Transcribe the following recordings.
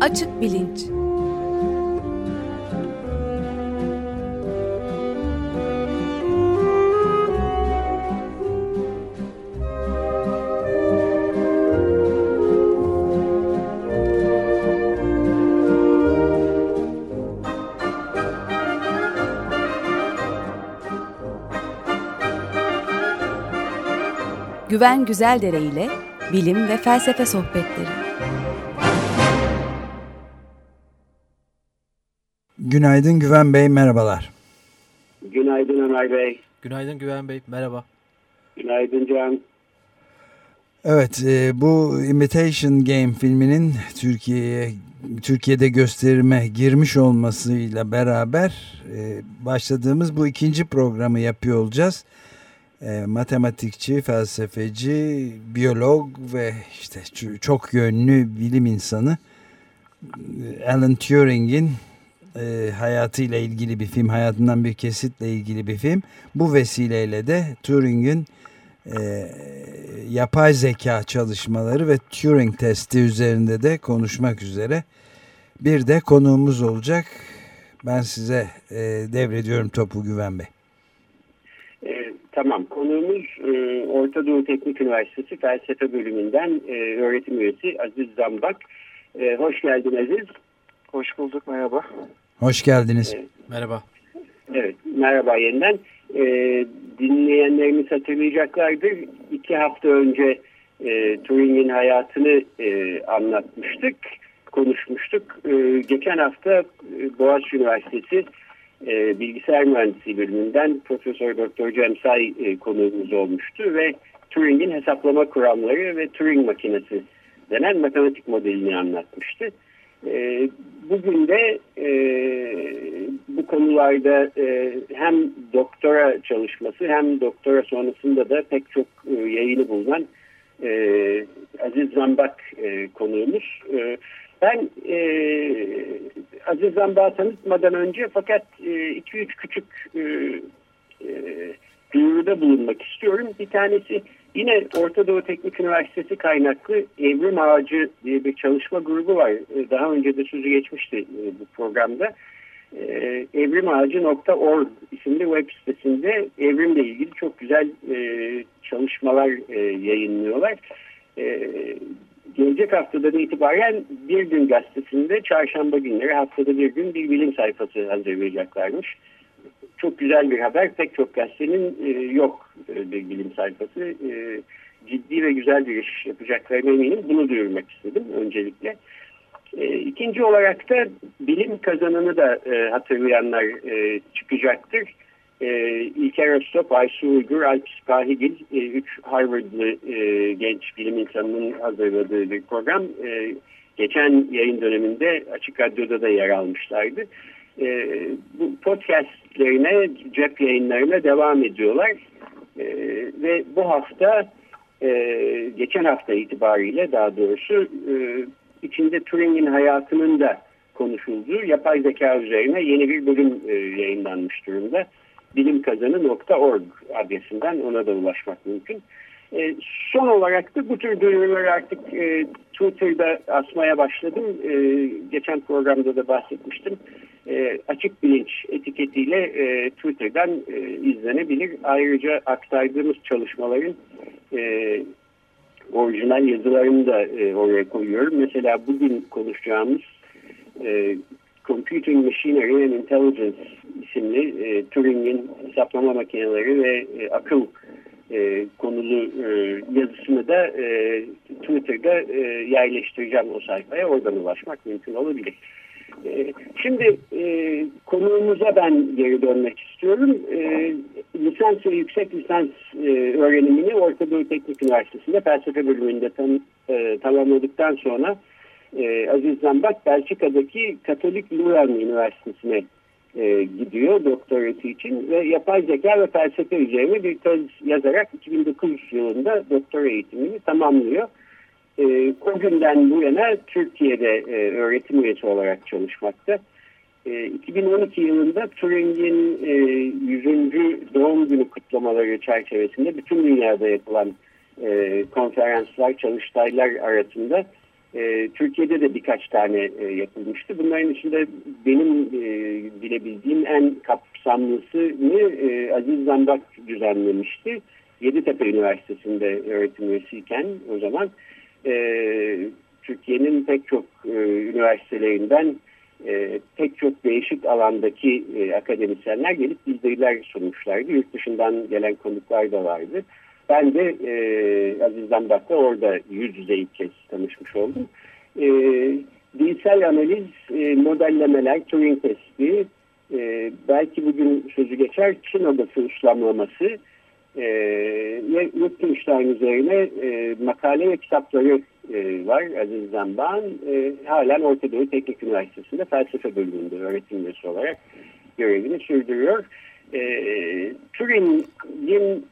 Açık Bilinç. Güven Güzeldere ile bilim ve felsefe sohbetleri. Günaydın Güven Bey, merhabalar. Günaydın Ömer Bey. Günaydın Güven Bey, merhaba. Günaydın Can. Evet, bu Imitation Game filminin Türkiye'de gösterime girmiş olmasıyla beraber başladığımız bu ikinci programı yapıyor olacağız. Matematikçi, felsefeci, biyolog ve işte çok yönlü bilim insanı Alan Turing'in hayatıyla ilgili bir film, hayatından bir kesitle ilgili bir film. Bu vesileyle de Turing'in yapay zeka çalışmaları ve Turing testi üzerinde de konuşmak üzere bir de konuğumuz olacak. Ben size devrediyorum topu Güven Bey. Tamam, konuğumuz Orta Doğu Teknik Üniversitesi Felsefe Bölümünden öğretim üyesi Aziz Zambak. Hoş geldin Aziz. Hoş bulduk, merhaba. Hoş geldiniz. Merhaba. Evet, merhaba yeniden. Dinleyenlerimiz hatırlayacaklardır. 2 hafta önce Turing'in hayatını anlatmıştık, konuşmuştuk. Geçen hafta Boğaziçi Üniversitesi Bilgisayar Mühendisliği bölümünden Profesör Doktor Cem Say konuğumuz olmuştu ve Turing'in hesaplama kuramları ve Turing makinesi denen matematik modelini anlatmıştı. Bugün de bu konularda hem doktora çalışması hem doktora sonrasında da pek çok yayını bulunan Aziz Zambak konuğumuz. Ben Aziz Zambak'ı tanıtmadan önce fakat 2-3 küçük duyuruda bulunmak istiyorum. Bir tanesi yine Orta Doğu Teknik Üniversitesi kaynaklı Evrim Ağacı diye bir çalışma grubu var. Daha önce de sözü geçmişti bu programda. Evrimağacı.org isimli web sitesinde evrimle ilgili çok güzel çalışmalar yayınlıyorlar. Gelecek haftadan itibaren Bir Gün gazetesinde çarşamba günleri haftada bir gün bir bilim sayfası hazırlayacaklarmış. Çok güzel bir haber. Pek çok gazetenin yok bir bilim sayfası. Ciddi ve güzel bir iş yapacaklarına eminim. Bunu duyurmak istedim öncelikle. İkinci olarak da bilim kazanını da hatırlayanlar çıkacaktır. İlker Öztop, Aysu Uygur, Alp Spahigil, 3 Harvard'lı genç bilim insanının hazırladığı bir program. Geçen yayın döneminde Açık Radyo'da da yer almışlardı. Bu podcastlerine, cep yayınlarına devam ediyorlar. Ve bu hafta, geçen hafta itibariyle daha doğrusu içinde Turing'in hayatının da konuşulduğu yapay zeka üzerine yeni bir bölüm yayınlanmış durumda. Bilimkazanı.org adresinden ona da ulaşmak mümkün. Son olarak da bu tür duyuruları artık Twitter'da asmaya başladım. Geçen programda da bahsetmiştim. Açık Bilinç etiketiyle Twitter'dan izlenebilir. Ayrıca aktardığımız çalışmaların orijinal yazılarını da oraya koyuyorum. Mesela bugün konuşacağımız Computing Machinery and Intelligence isimli Turing'in hesaplama makineleri ve akıl konulu yazısını da Twitter'da yerleştireceğim o sayfaya. Oradan ulaşmak mümkün olabilir. Şimdi konuğumuza ben geri dönmek istiyorum. Lisans ve yüksek lisans öğrenimini Orta Doğu Teknik Üniversitesi'nde felsefe bölümünde tamamladıktan sonra Aziz Zambak Belçika'daki Katolik Leuven Üniversitesi'ne gidiyor doktorası için ve yapay zeka ve felsefe üzerine bir tez yazarak 2009 yılında doktora eğitimini tamamlıyor. O günden bu yana Türkiye'de öğretim üyesi olarak çalışmakta. 2012 yılında Turing'in 100. doğum günü kutlamaları çerçevesinde bütün dünyada yapılan konferanslar, çalıştaylar arasında Türkiye'de de birkaç tane yapılmıştı. Bunların içinde benim bilebildiğim en kapsamlısını Aziz Zambak düzenlemişti. Yeditepe Üniversitesi'nde öğretim üyesiyken o zaman Türkiye'nin pek çok üniversitelerinden pek çok değişik alandaki akademisyenler gelip bildiriler sunmuşlardı. Yurt dışından gelen konuklar da vardı. Ben de Aziz Zambak'la orada yüz yüze ilk kez tanışmış oldum. Dilsel analiz, modellemeler, Turing testi, belki bugün sözü geçer Çin odası uslamlaması ve Wittgenstein üzerine makale ve kitapları var Aziz Zambak'ın. Halen Orta Doğu Teknik Üniversitesi'nde felsefe bölümünde öğretim üyesi olarak görevini sürdürüyor. Turing'in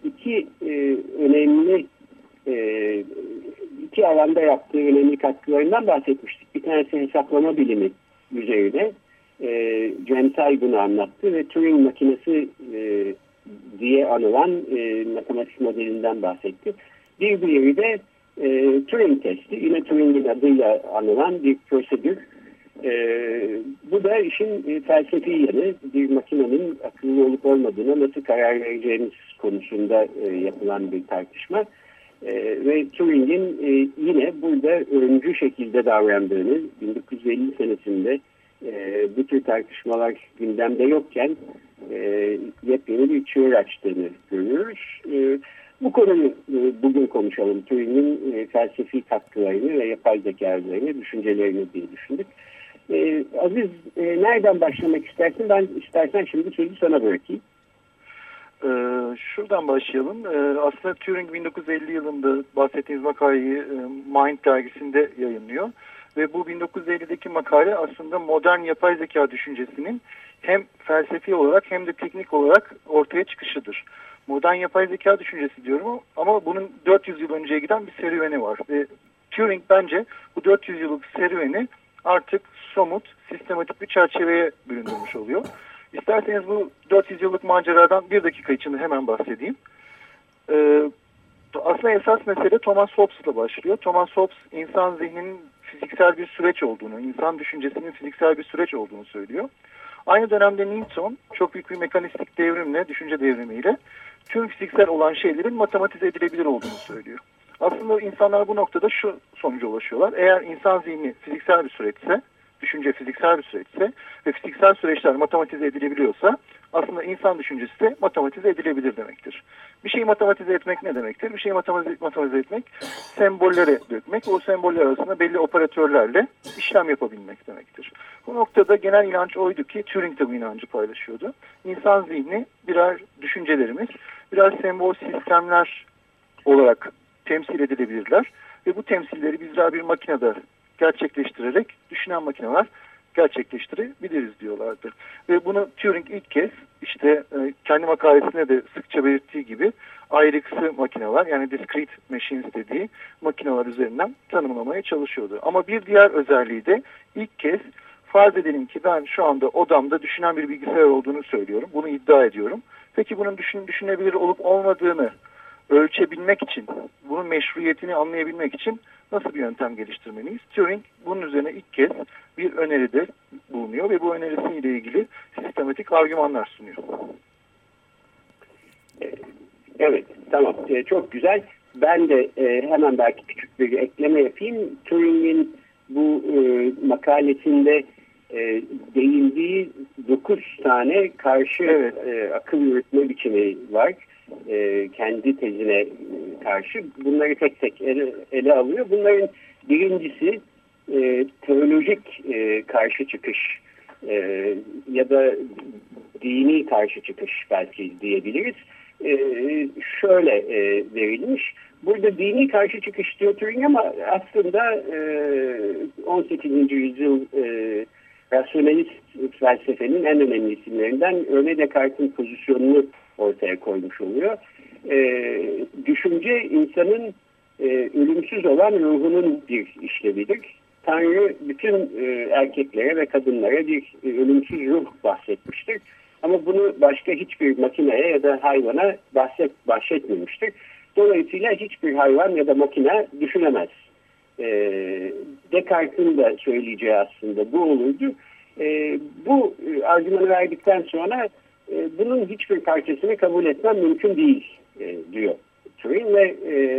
iki alanda yaptığı önemli katkılarından bahsetmiştik. Bir tanesi hesaplama bilimi üzerine. Cemsel bunu anlattı ve Turing makinesi diye anılan matematik modelinden bahsetti. Bir diğeri de Turing testi. Yine Turing'in adıyla anılan bir prosedür. Bu da işin felsefi yanı, bir makinenin akıllı olup olmadığına nasıl karar vereceğimiz konusunda yapılan bir tartışma. Ve Turing'in yine burada öncü şekilde davrandığını, 1950 senesinde bu tür tartışmalar gündemde yokken yepyeni bir çığır açtığını görüyoruz. Bu konuyu bugün konuşalım. Turing'in felsefi katkılarını ve yapay zeka üzerine düşüncelerini diye düşündük. Aziz, nereden başlamak istersin? Ben istersen şimdi sözü sana bırakayım. Şuradan başlayalım. Aslında Turing 1950 yılında bahsettiğimiz makaleyi Mind dergisinde yayınlıyor. Ve bu 1950'deki makale aslında modern yapay zeka düşüncesinin hem felsefi olarak hem de teknik olarak ortaya çıkışıdır. Modern yapay zeka düşüncesi diyorum ama bunun 400 yıl önceye giden bir serüveni var. Ve Turing bence bu 400 yıllık serüveni artık somut, sistematik bir çerçeveye büründürmüş oluyor. İsterseniz bu 400 yıllık maceradan bir dakika içinde hemen bahsedeyim. Aslında esas mesele Thomas Hobbes'la başlıyor. Thomas Hobbes insan zihninin fiziksel bir süreç olduğunu, insan düşüncesinin fiziksel bir süreç olduğunu söylüyor. Aynı dönemde Newton çok büyük bir mekanistik devrimle, düşünce devrimiyle tüm fiziksel olan şeylerin matematize edilebilir olduğunu söylüyor. Aslında insanlar bu noktada şu sonuca ulaşıyorlar. Eğer insan zihni fiziksel bir süreçse, düşünce fiziksel bir süreçse ve fiziksel süreçler matematize edilebiliyorsa aslında insan düşüncesi de matematize edilebilir demektir. Bir şeyi matematize etmek ne demektir? Bir şeyi matematize etmek sembollere dökmek, o semboller arasında belli operatörlerle işlem yapabilmek demektir. Bu noktada genel inanç oydu ki Turing de bu inancı paylaşıyordu. İnsan zihni birer düşüncelerimiz, birer sembol sistemler olarak temsil edilebilirler ve bu temsilleri bizler bir makinede gerçekleştirerek düşünen makineler gerçekleştirebiliriz diyorlardı. Ve bunu Turing ilk kez işte kendi makalesinde de sıkça belirttiği gibi ayrıksı makineler yani discrete machines dediği makineler üzerinden tanımlamaya çalışıyordu. Ama bir diğer özelliği de ilk kez farz edelim ki ben şu anda odamda düşünen bir bilgisayar olduğunu söylüyorum. Bunu iddia ediyorum. Peki bunun düşünebilir olup olmadığını ölçebilmek için, bunun meşruiyetini anlayabilmek için nasıl bir yöntem geliştirmeliyiz? Turing bunun üzerine ilk kez bir öneride bulunuyor ve bu önerisiyle ilgili sistematik argümanlar sunuyor. Evet, tamam. Çok güzel. Ben de hemen belki küçük bir ekleme yapayım. Turing'in bu makalesinde değindiği 9 tane karşı akıl yürütme biçimi var. Kendi tezine karşı. Bunları tek tek ele alıyor. Bunların birincisi teolojik karşı çıkış ya da dini karşı çıkış belki diyebiliriz. Şöyle verilmiş. Burada dini karşı çıkış diyor Turing ama aslında 18. yüzyıl rasyonalist felsefenin en önemli isimlerinden René Descartes'in pozisyonunu ortaya koymuş oluyor. Düşünce insanın ölümsüz olan ruhunun bir işlevidir. Tanrı bütün erkeklere ve kadınlara bir ölümsüz ruh bahsetmiştir. Ama bunu başka hiçbir makineye ya da hayvana bahsetmemiştir. Dolayısıyla hiçbir hayvan ya da makine düşünemez Descartes'in de söyleyeceği aslında bu olurdu. Bu argümanı verdikten sonra bunun hiçbir parçasını kabul etmem mümkün değil diyor Turing ve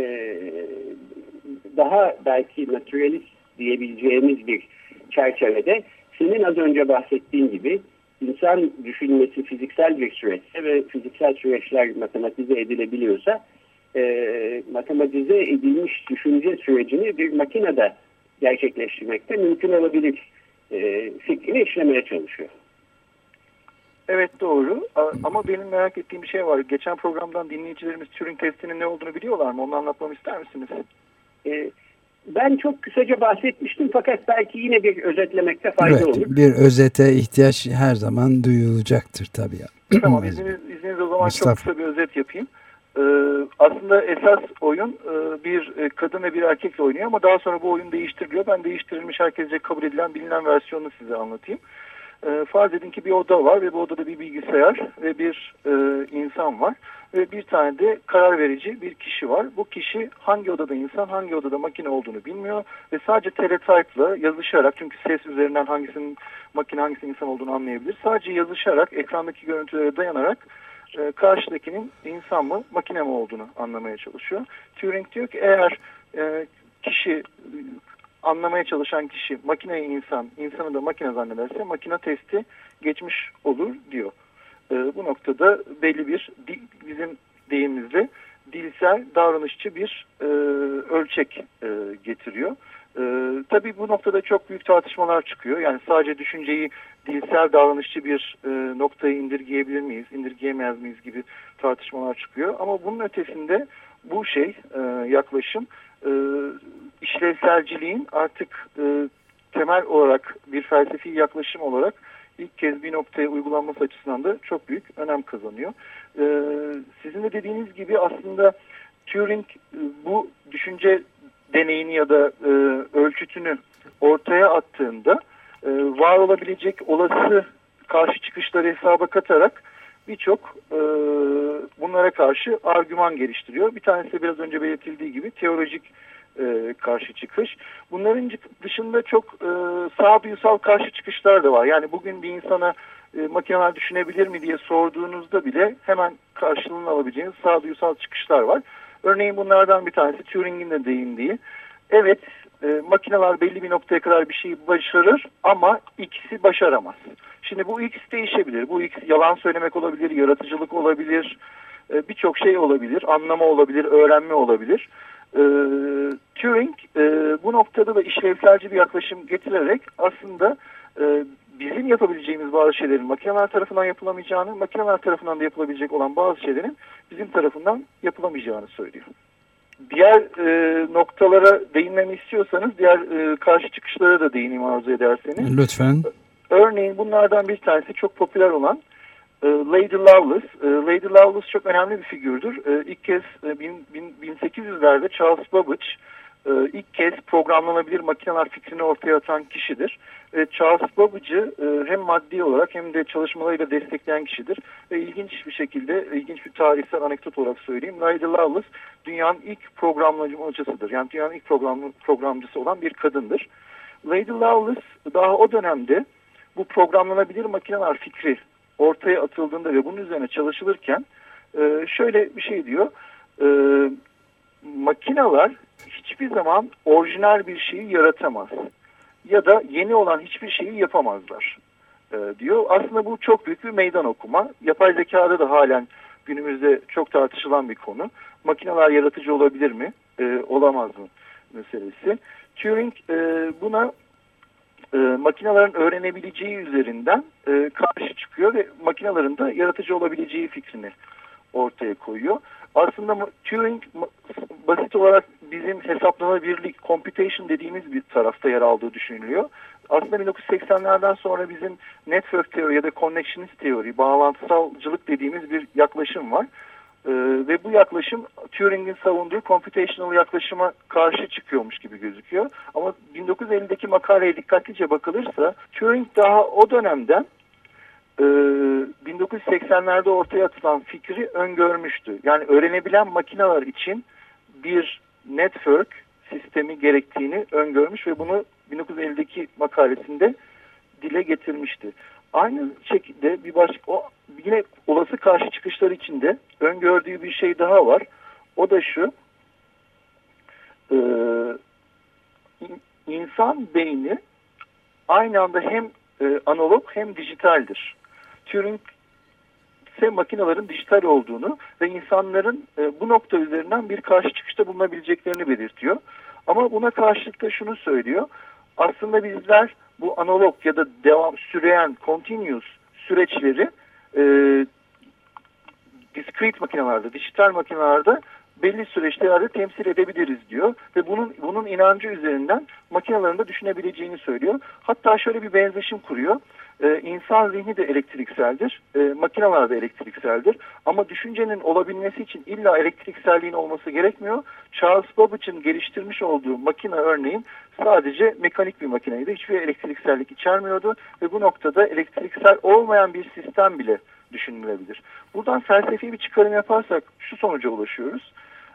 daha belki naturalist diyebileceğimiz bir çerçevede senin az önce bahsettiğin gibi insan düşünmesi fiziksel bir süreçse ve fiziksel süreçler matematize edilebiliyorsa matematize edilmiş düşünce sürecini bir makinede gerçekleştirmek de mümkün olabilir fikrini işlemeye çalışıyor. Evet, doğru. Ama benim merak ettiğim bir şey var. Geçen programdan dinleyicilerimiz Turing testinin ne olduğunu biliyorlar mı? Onu anlatmamı ister misiniz? Ben çok kısaca bahsetmiştim fakat belki yine bir özetlemekte fayda olur. Bir özete ihtiyaç her zaman duyulacaktır tabii. Tamam, izniniz o zaman çok kısa bir özet yapayım. Aslında esas oyun bir kadın ve bir erkekle oynuyor ama daha sonra bu oyun değiştiriliyor. Ben değiştirilmiş, herkesce kabul edilen, bilinen versiyonunu size anlatayım. Farz edin ki bir oda var ve bu odada bir bilgisayar ve bir insan var ve bir tane de karar verici bir kişi var. Bu kişi hangi odada insan, hangi odada makine olduğunu bilmiyor ve sadece teletype'la yazışarak, çünkü ses üzerinden hangisinin makine hangisinin insan olduğunu anlayabilir. Sadece yazışarak, ekrandaki görüntülere dayanarak karşıdakinin insan mı, makine mi olduğunu anlamaya çalışıyor. Turing diyor ki eğer kişi, anlamaya çalışan kişi makineyi insan, insanı da makine zannederse makine testi geçmiş olur diyor. Bu noktada belli bir bizim deyimimizle dilsel davranışçı bir ölçek getiriyor. Tabii bu noktada çok büyük tartışmalar çıkıyor. Yani sadece düşünceyi dilsel davranışçı bir noktaya indirgeyebilir miyiz, indirgeyemez miyiz gibi tartışmalar çıkıyor. Ama bunun ötesinde bu yaklaşım işlevselciliğin artık temel olarak bir felsefi yaklaşım olarak ilk kez bir noktaya uygulanması açısından da çok büyük önem kazanıyor. Sizin de dediğiniz gibi aslında Turing bu düşünce deneyini ya da ölçütünü ortaya attığında var olabilecek olası karşı çıkışları hesaba katarak birçok bunlara karşı argüman geliştiriyor. Bir tanesi de biraz önce belirtildiği gibi teolojik karşı çıkış. Bunların dışında çok sağduyusal karşı çıkışlar da var. Yani bugün bir insana makineler düşünebilir mi diye sorduğunuzda bile hemen karşılığını alabileceğiniz sağduyusal çıkışlar var. Örneğin bunlardan bir tanesi Turing'in de değindiği. Evet, makineler belli bir noktaya kadar bir şeyi başarır ama ikisi başaramaz. Şimdi bu ikisi değişebilir. Bu ikisi yalan söylemek olabilir, yaratıcılık olabilir, birçok şey olabilir, anlama olabilir, öğrenme olabilir. Turing bu noktada da işlevselci bir yaklaşım getirerek aslında bizim yapabileceğimiz bazı şeylerin makineler tarafından yapılamayacağını, makineler tarafından da yapılabilecek olan bazı şeylerin bizim tarafından yapılamayacağını söylüyor. Diğer noktalara değinmemi istiyorsanız diğer karşı çıkışlara da değineyim arzu ederseniz. Lütfen. Örneğin bunlardan bir tanesi çok popüler olan Lady Lovelace. Lady Lovelace çok önemli bir figürdür. İlk kez 1800'lerde Charles Babbage ilk kez programlanabilir makineler fikrini ortaya atan kişidir. Charles Babbage'ı hem maddi olarak hem de çalışmalarıyla destekleyen kişidir. Ve ilginç bir şekilde, ilginç bir tarihsel anekdot olarak söyleyeyim. Lady Lovelace dünyanın ilk programlamacısıdır. Yani dünyanın ilk programcısı olan bir kadındır. Lady Lovelace daha o dönemde bu programlanabilir makineler fikri ortaya atıldığında ve bunun üzerine çalışılırken şöyle bir şey diyor. Makineler hiçbir zaman orijinal bir şeyi yaratamaz ya da yeni olan hiçbir şeyi yapamazlar diyor. Aslında bu çok büyük bir meydan okuma. Yapay zekada da halen günümüzde çok tartışılan bir konu. Makineler yaratıcı olabilir mi? Olamaz mı meselesi. Turing buna makinelerin öğrenebileceği üzerinden karşı çıkıyor ve makinelerin de yaratıcı olabileceği fikrini ortaya koyuyor. Aslında Turing basit olarak bizim hesaplanabilirlik, computation dediğimiz bir tarafta yer aldığı düşünülüyor. Aslında 1980'lerden sonra bizim network teori ya da connectionist teori, bağlantısalcılık dediğimiz bir yaklaşım var. Ve bu yaklaşım Turing'in savunduğu computational yaklaşıma karşı çıkıyormuş gibi gözüküyor. Ama 1950'deki makaleye dikkatlice bakılırsa Turing daha o dönemden 1980'lerde ortaya atılan fikri öngörmüştü. Yani öğrenebilen makineler için bir network sistemi gerektiğini öngörmüş ve bunu 1950'deki makalesinde dile getirmişti. Aynı şekilde yine olası karşı çıkışlar içinde öngördüğü bir şey daha var. O da şu: insan beyni aynı anda hem analog hem dijitaldir. Turing ise makinelerin dijital olduğunu ve insanların bu nokta üzerinden bir karşı çıkışta bulunabileceklerini belirtiyor. Ama buna karşılık da şunu söylüyor: aslında bizler bu analog ya da süreyen continuous süreçleri discrete makinelerde, dijital makinelerde belli süreçlerde temsil edebiliriz diyor ve bunun inancı üzerinden makinelerin de düşünebileceğini söylüyor. Hatta şöyle bir benzeşim kuruyor. İnsan zihni de elektrikseldir, makineler de elektrikseldir. Ama düşüncenin olabilmesi için illa elektrikselliğin olması gerekmiyor. Charles Babbage'ın geliştirmiş olduğu makine örneğin sadece mekanik bir makineydi. Hiçbir elektriksellik içermiyordu ve bu noktada elektriksel olmayan bir sistem bile düşünülebilir. Buradan felsefi bir çıkarım yaparsak şu sonuca ulaşıyoruz.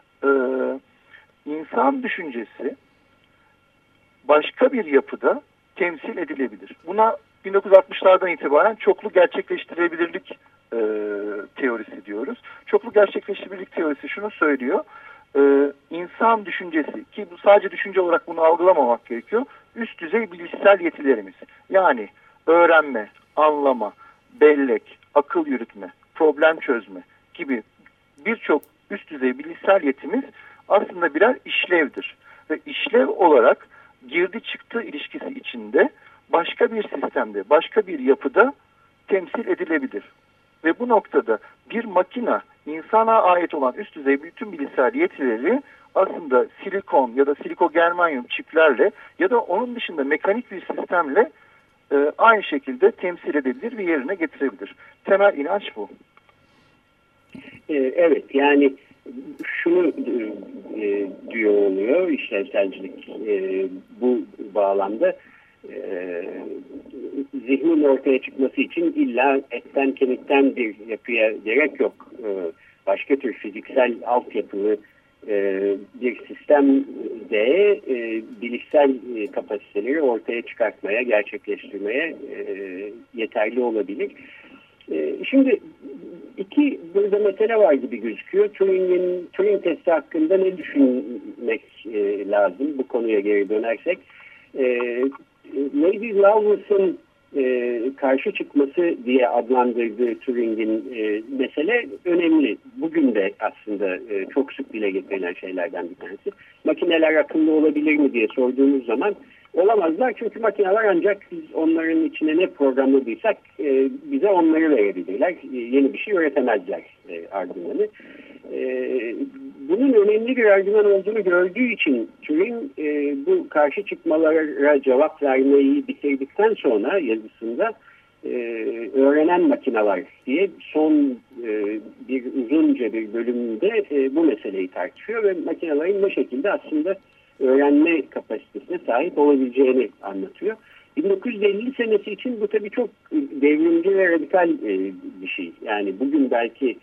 İnsan düşüncesi başka bir yapıda temsil edilebilir. Buna 1960'lardan itibaren çoklu gerçekleştirebilirlik teorisi diyoruz. Çoklu gerçekleştirebilirlik teorisi şunu söylüyor: insan düşüncesi, ki bu sadece düşünce olarak bunu algılamamak gerekiyor, üst düzey bilişsel yetilerimiz, yani öğrenme, anlama, bellek, akıl yürütme, problem çözme gibi birçok üst düzey bilişsel yetimiz aslında birer işlevdir. Ve işlev olarak girdi çıktı ilişkisi içinde başka bir sistemde, başka bir yapıda temsil edilebilir. Ve bu noktada bir makina insana ait olan üst düzey bütün bilişsel yetileri aslında silikon ya da silikogermanyum çiplerle ya da onun dışında mekanik bir sistemle aynı şekilde temsil edebilir ve yerine getirebilir. Temel inanç bu. Evet, yani şunu diyor oluyor işlevselcilik bu bağlamda. Zihnin ortaya çıkması için illa etten kemikten bir yapıya gerek yok. Başka tür fiziksel altyapılı bir sistemde bilişsel kapasiteleri ortaya çıkartmaya, gerçekleştirmeye yeterli olabilir. Şimdi iki burada mesele var gibi gözüküyor. Turing testi hakkında ne düşünmek lazım bu konuya geri dönersek? Lady Lovelace'ın karşı çıkması diye adlandırdığı Turing'in mesele önemli. Bugün de aslında çok sık dile getirilen şeylerden bir tanesi. Makineler akıllı olabilir mi diye sorduğumuz zaman olamazlar, çünkü makineler ancak biz onların içine ne programladıysak bize onları verebilirler. Yeni bir şey üretemezler argümanı. Bunun önemli bir argüman olduğunu gördüğü için Turing bu karşı çıkmalara cevap vermeyi bitirdikten sonra yazısında öğrenen makineler diye son uzunca bir bölümünde bu meseleyi tartışıyor ve makinelerin ne şekilde aslında öğrenme kapasitesine sahip olabileceğini anlatıyor. 1950 senesi için bu tabii çok devrimci ve radikal bir şey. Yani bugün belki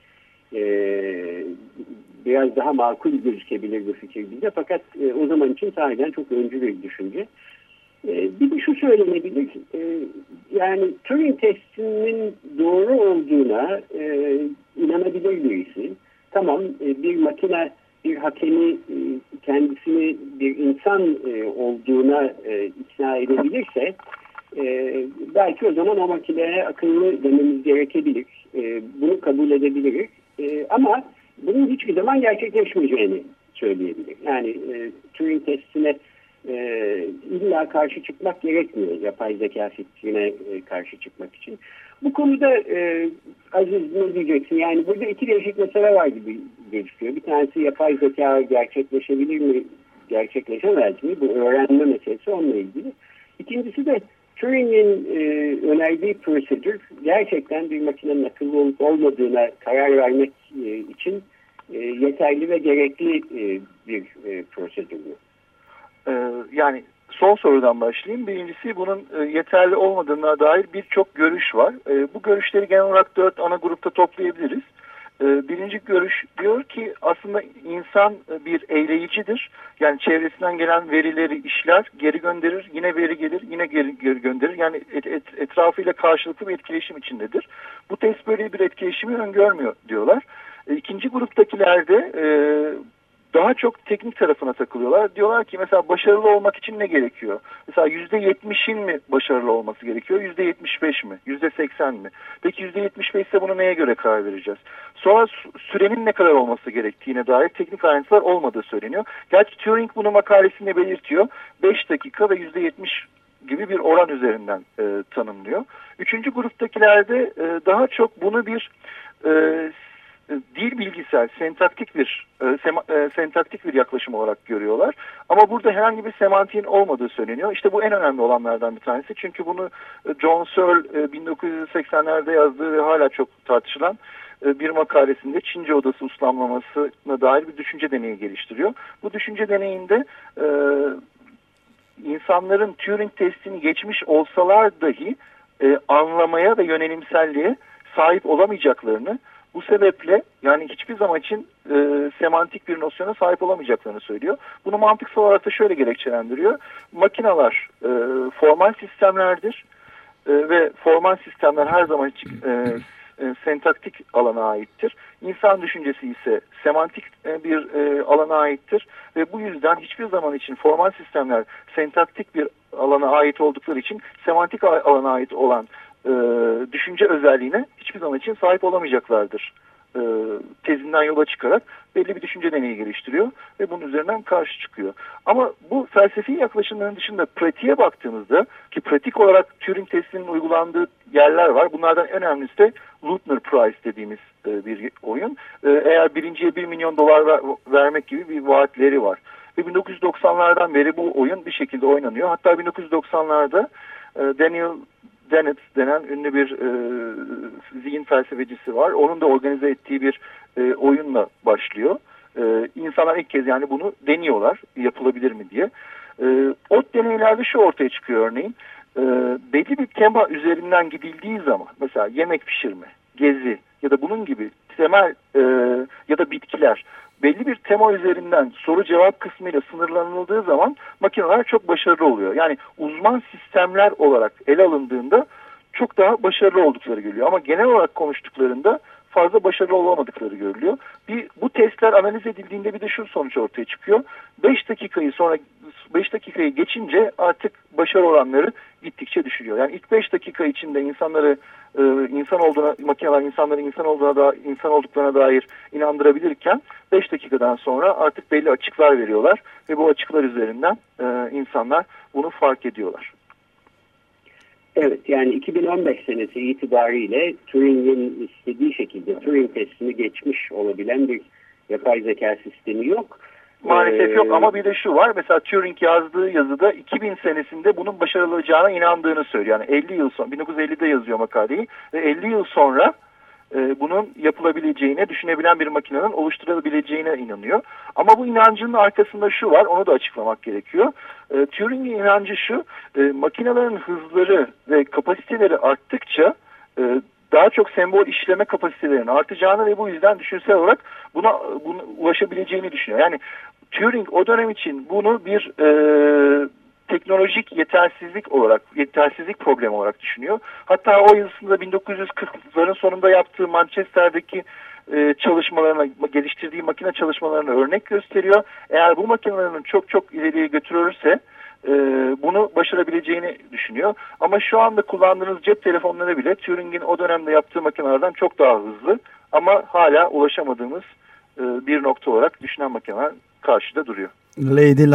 biraz daha makul gözükebilir bu fikir bize, fakat o zaman için sahiden çok öncü bir düşünce. Bir de şu söylenebilir, yani Turing testinin doğru olduğuna inanabilir birisi. Tamam, bir makine bir hakemi kendisini bir insan olduğuna ikna edebilirse belki o zaman o makineye akıllı dememiz gerekebilir. Bunu kabul edebiliriz. Ama bunun hiçbir zaman gerçekleşmeyeceğini söyleyebilir. Yani Turing testine illa karşı çıkmak gerekmiyor yapay zeka fikrine karşı çıkmak için. Bu konuda Aziz ne diyeceksin? Yani burada iki değişik mesele var gibi gözüküyor. Bir tanesi yapay zeka gerçekleşebilir mi, gerçekleşemez mi? Bu öğrenme meselesi onunla ilgili. İkincisi de Turing'in önerdiği prosedür gerçekten bir makinenin akıllı olup olmadığına karar vermek için yeterli ve gerekli bir prosedür mü? Yani son sorudan başlayayım. Birincisi, bunun yeterli olmadığına dair birçok görüş var. Bu görüşleri genel olarak 4 ana grupta toplayabiliriz. Birinci görüş diyor ki aslında insan bir eyleyicidir. Yani çevresinden gelen verileri işler, geri gönderir, yine veri gelir, yine geri gönderir. Yani etrafıyla karşılıklı bir etkileşim içindedir. Bu test böyle bir etkileşimi öngörmüyor diyorlar. İkinci gruptakilerde daha çok teknik tarafına takılıyorlar. Diyorlar ki mesela başarılı olmak için ne gerekiyor? Mesela %70'in mi başarılı olması gerekiyor? %75 mi? %80 mi? Peki %75 ise bunu neye göre karar vereceğiz? Sonra sürenin ne kadar olması gerektiğine dair teknik ayrıntılar olmadığı söyleniyor. Gerçi Turing bunu makalesinde belirtiyor. 5 dakika ve %70 gibi bir oran üzerinden tanımlıyor. Üçüncü gruptakilerde daha çok bunu bir dil bilgisel, sentaktik bir yaklaşım olarak görüyorlar. Ama burada herhangi bir semantiğin olmadığı söyleniyor. İşte bu en önemli olanlardan bir tanesi. Çünkü bunu John Searle 1980'lerde yazdığı ve hala çok tartışılan bir makalesinde Çince odası uslanmamasına dair bir düşünce deneyi geliştiriyor. Bu düşünce deneyinde insanların Turing testini geçmiş olsalar dahi anlamaya ve yönelimselliğe sahip olamayacaklarını, bu sebeple yani hiçbir zaman için semantik bir nosyona sahip olamayacaklarını söylüyor. Bunu mantıksal olarak da şöyle gerekçelendiriyor. Makineler formal sistemlerdir ve formal sistemler her zaman için sentaktik alana aittir. İnsan düşüncesi ise semantik bir alana aittir ve bu yüzden hiçbir zaman için formal sistemler sentaktik bir alana ait oldukları için semantik alana ait olan düşünce özelliğine hiçbir zaman için sahip olamayacaklardır tezinden yola çıkarak belli bir düşünce deneyi geliştiriyor ve bunun üzerinden karşı çıkıyor. Ama bu felsefi yaklaşımların dışında pratiğe baktığımızda ki pratik olarak Turing testinin uygulandığı yerler var. Bunlardan en önemlisi de Lutner Prize dediğimiz bir oyun. Eğer birinciye $1 milyon vermek gibi bir vaatleri var. Ve 1990'lardan beri bu oyun bir şekilde oynanıyor. Hatta 1990'larda Daniel Dennett denen ünlü bir zihin felsefecisi var. Onun da organize ettiği bir oyunla başlıyor. İnsanlar ilk kez yani bunu deniyorlar. Yapılabilir mi diye. O deneylerde şu ortaya çıkıyor örneğin. Belli bir tema üzerinden gidildiği zaman mesela yemek pişirme, gezi ya da bunun gibi temel ya da bitkiler belli bir tema üzerinden soru cevap kısmıyla sınırlanıldığı zaman makineler çok başarılı oluyor. Yani uzman sistemler olarak ele alındığında çok daha başarılı oldukları görülüyor. Ama genel olarak konuştuklarında fazla başarılı olamadıkları görülüyor. Bu testler analiz edildiğinde bir de şu sonuç ortaya çıkıyor. 5 dakikayı geçince artık başarı oranları gittikçe düşüyor. Yani ilk 5 dakika içinde insanları makineler insanların insan olduklarına dair inandırabilirken 5 dakikadan sonra artık belli açıklar veriyorlar ve bu açıklar üzerinden insanlar bunu fark ediyorlar. Evet, yani 2015 senesi itibariyle Turing'in istediği şekilde Turing testini geçmiş olabilen bir yapay zeka sistemi yok. Maalesef yok ama bir de şu var. Mesela Turing yazdığı yazıda 2000 senesinde bunun başarılı olacağına inandığını söylüyor. Yani 50 yıl sonra 1950'de yazıyor makaleyi ve 50 yıl sonra bunun yapılabileceğine, düşünebilen bir makinenin oluşturulabileceğine inanıyor. Ama bu inancının arkasında şu var, onu da açıklamak gerekiyor. Turing'in inancı şu, makinelerin hızları ve kapasiteleri arttıkça daha çok sembol işleme kapasitelerinin artacağını ve bu yüzden düşünsel olarak buna ulaşabileceğini düşünüyor. Yani Turing o dönem için bunu bir teknolojik yetersizlik problemi olarak düşünüyor. Hatta o yazısında 1940'ların sonunda yaptığı Manchester'daki geliştirdiği makine çalışmalarına örnek gösteriyor. Eğer bu makinelerin çok çok ileriye götürürse bunu başarabileceğini düşünüyor. Ama şu anda kullandığınız cep telefonları bile Turing'in o dönemde yaptığı makinelerden çok daha hızlı ama hala ulaşamadığımız bir nokta olarak düşünen makineler karşıda duruyor. Lady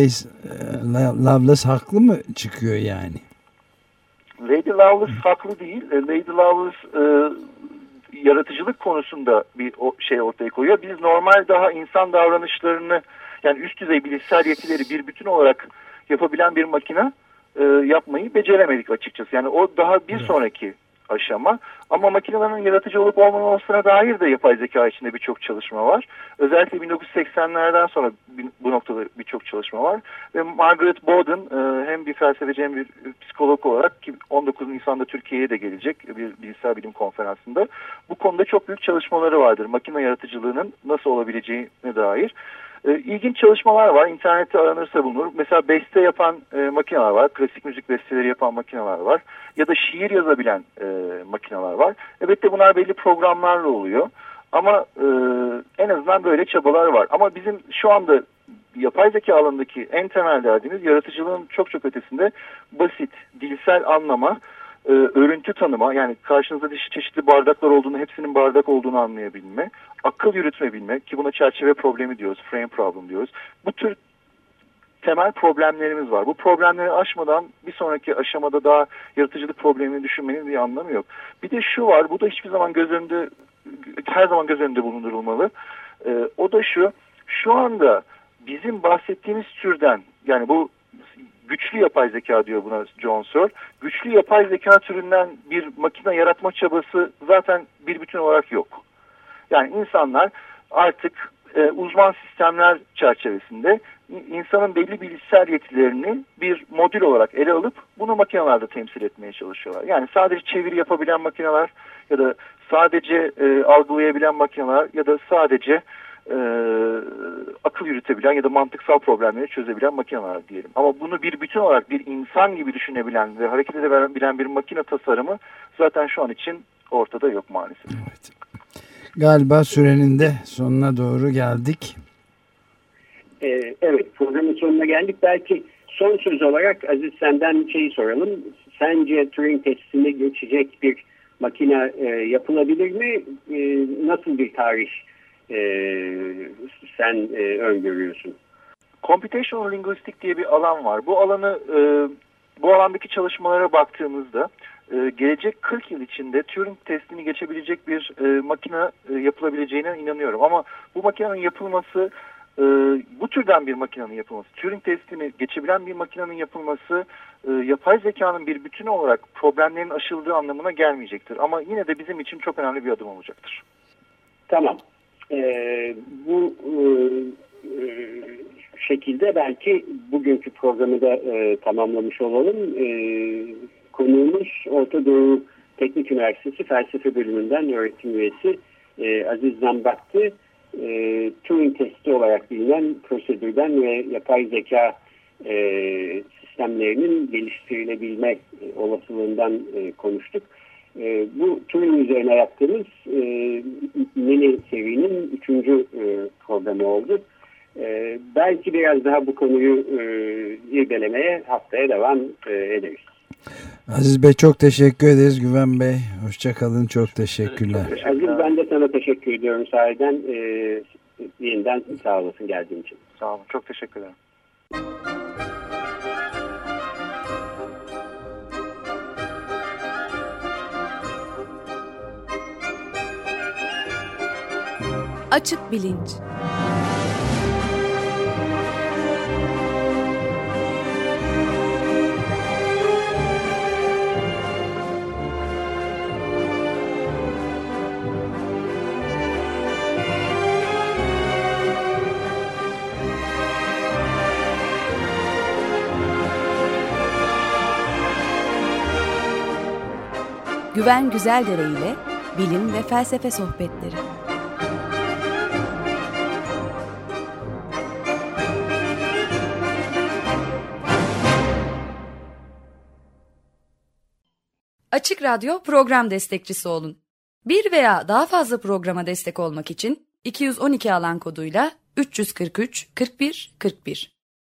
Lovelace haklı mı çıkıyor yani? Lady Lovelace haklı değil. Lady Lovelace yaratıcılık konusunda bir şey ortaya koyuyor. Biz normal daha insan davranışlarını yani üst düzey bilişsel yetileri bir bütün olarak yapabilen bir makine yapmayı beceremedik açıkçası. Yani o daha bir sonraki aşama. Ama makinelerin yaratıcı olup olmamasına dair de yapay zeka içinde birçok çalışma var. Özellikle 1980'lerden sonra bu noktada birçok çalışma var. Ve Margaret Bowden hem bir felsefeci hem bir psikolog olarak ki 19 Nisan'da Türkiye'ye de gelecek bir bilgisayar bilim konferansında bu konuda çok büyük çalışmaları vardır. Makine yaratıcılığının nasıl olabileceğine dair. İlginç çalışmalar var. İnternette aranırsa bulunur. Mesela beste yapan makineler var. Klasik müzik besteleri yapan makineler var. Ya da şiir yazabilen makineler var. Elbette bunlar belli programlarla oluyor. Ama en azından böyle çabalar var. Ama bizim şu anda yapay zeka alanındaki en temel derdimiz yaratıcılığın çok çok ötesinde basit, dilsel anlama, örüntü tanıma, yani karşınızda çeşitli bardaklar olduğunu, hepsinin bardak olduğunu anlayabilme, akıl yürütmebilme ki buna çerçeve problemi diyoruz, frame problem diyoruz. Bu tür temel problemlerimiz var. Bu problemleri aşmadan bir sonraki aşamada daha yaratıcılık problemini düşünmenin bir anlamı yok. Bir de şu var, bu da hiçbir zaman her zaman göz önünde bulundurulmalı. O da şu anda bizim bahsettiğimiz türden, yani bu güçlü yapay zeka diyor buna John Searle. Güçlü yapay zeka türünden bir makine yaratma çabası zaten bir bütün olarak yok. Yani insanlar artık uzman sistemler çerçevesinde insanın belli bilişsel yetilerini bir modül olarak ele alıp bunu makinelerde temsil etmeye çalışıyorlar. Yani sadece çeviri yapabilen makineler ya da sadece algılayabilen makineler ya da sadece akıl yürütebilen ya da mantıksal problemleri çözebilen makineler diyelim. Ama bunu bir bütün olarak bir insan gibi düşünebilen ve hareket edebilen bir makine tasarımı zaten şu an için ortada yok maalesef. Evet. Galiba sürenin de sonuna doğru geldik. Evet, programın sonuna geldik. Belki son söz olarak Aziz senden soralım. Sence Turing testini geçecek bir makine yapılabilir mi? Nasıl bir tarih sen öngörüyorsun? Computational Linguistic diye bir alan var. Bu alandaki çalışmalara baktığımızda gelecek 40 yıl içinde Turing testini geçebilecek bir makine yapılabileceğine inanıyorum. Ama bu makinenin yapılması, bu türden bir makinenin yapılması, Turing testini geçebilen bir makinenin yapılması yapay zekanın bir bütünü olarak problemlerin aşıldığı anlamına gelmeyecektir. Ama yine de bizim için çok önemli bir adım olacaktır. Tamam. Bu şekilde belki bugünkü programı da tamamlamış olalım. Konuğumuz Orta Doğu Teknik Üniversitesi Felsefe Bölümünden öğretim üyesi Aziz Zambak'tı. Turing testi olarak bilinen prosedürden ve yapay zeka sistemlerinin geliştirilebilme olasılığından konuştuk. Bu Turing üzerine yaptığımız mini serinin 3. programı oldu. Belki biraz daha bu konuyu irdelemeye haftaya devam ederiz. Aziz Bey çok teşekkür ederiz. Güven Bey hoşça kalın, çok teşekkürler. Aziz, ben de sana teşekkür ediyorum sahiden. Yeniden sağ olasın geldiğin için. Sağ olun, çok teşekkür ederim. Açık bilinç. Güven Güzeldere ile bilim ve felsefe sohbetleri. Açık Radyo program destekçisi olun. Bir veya daha fazla programa destek olmak için 212 alan koduyla 343 41 41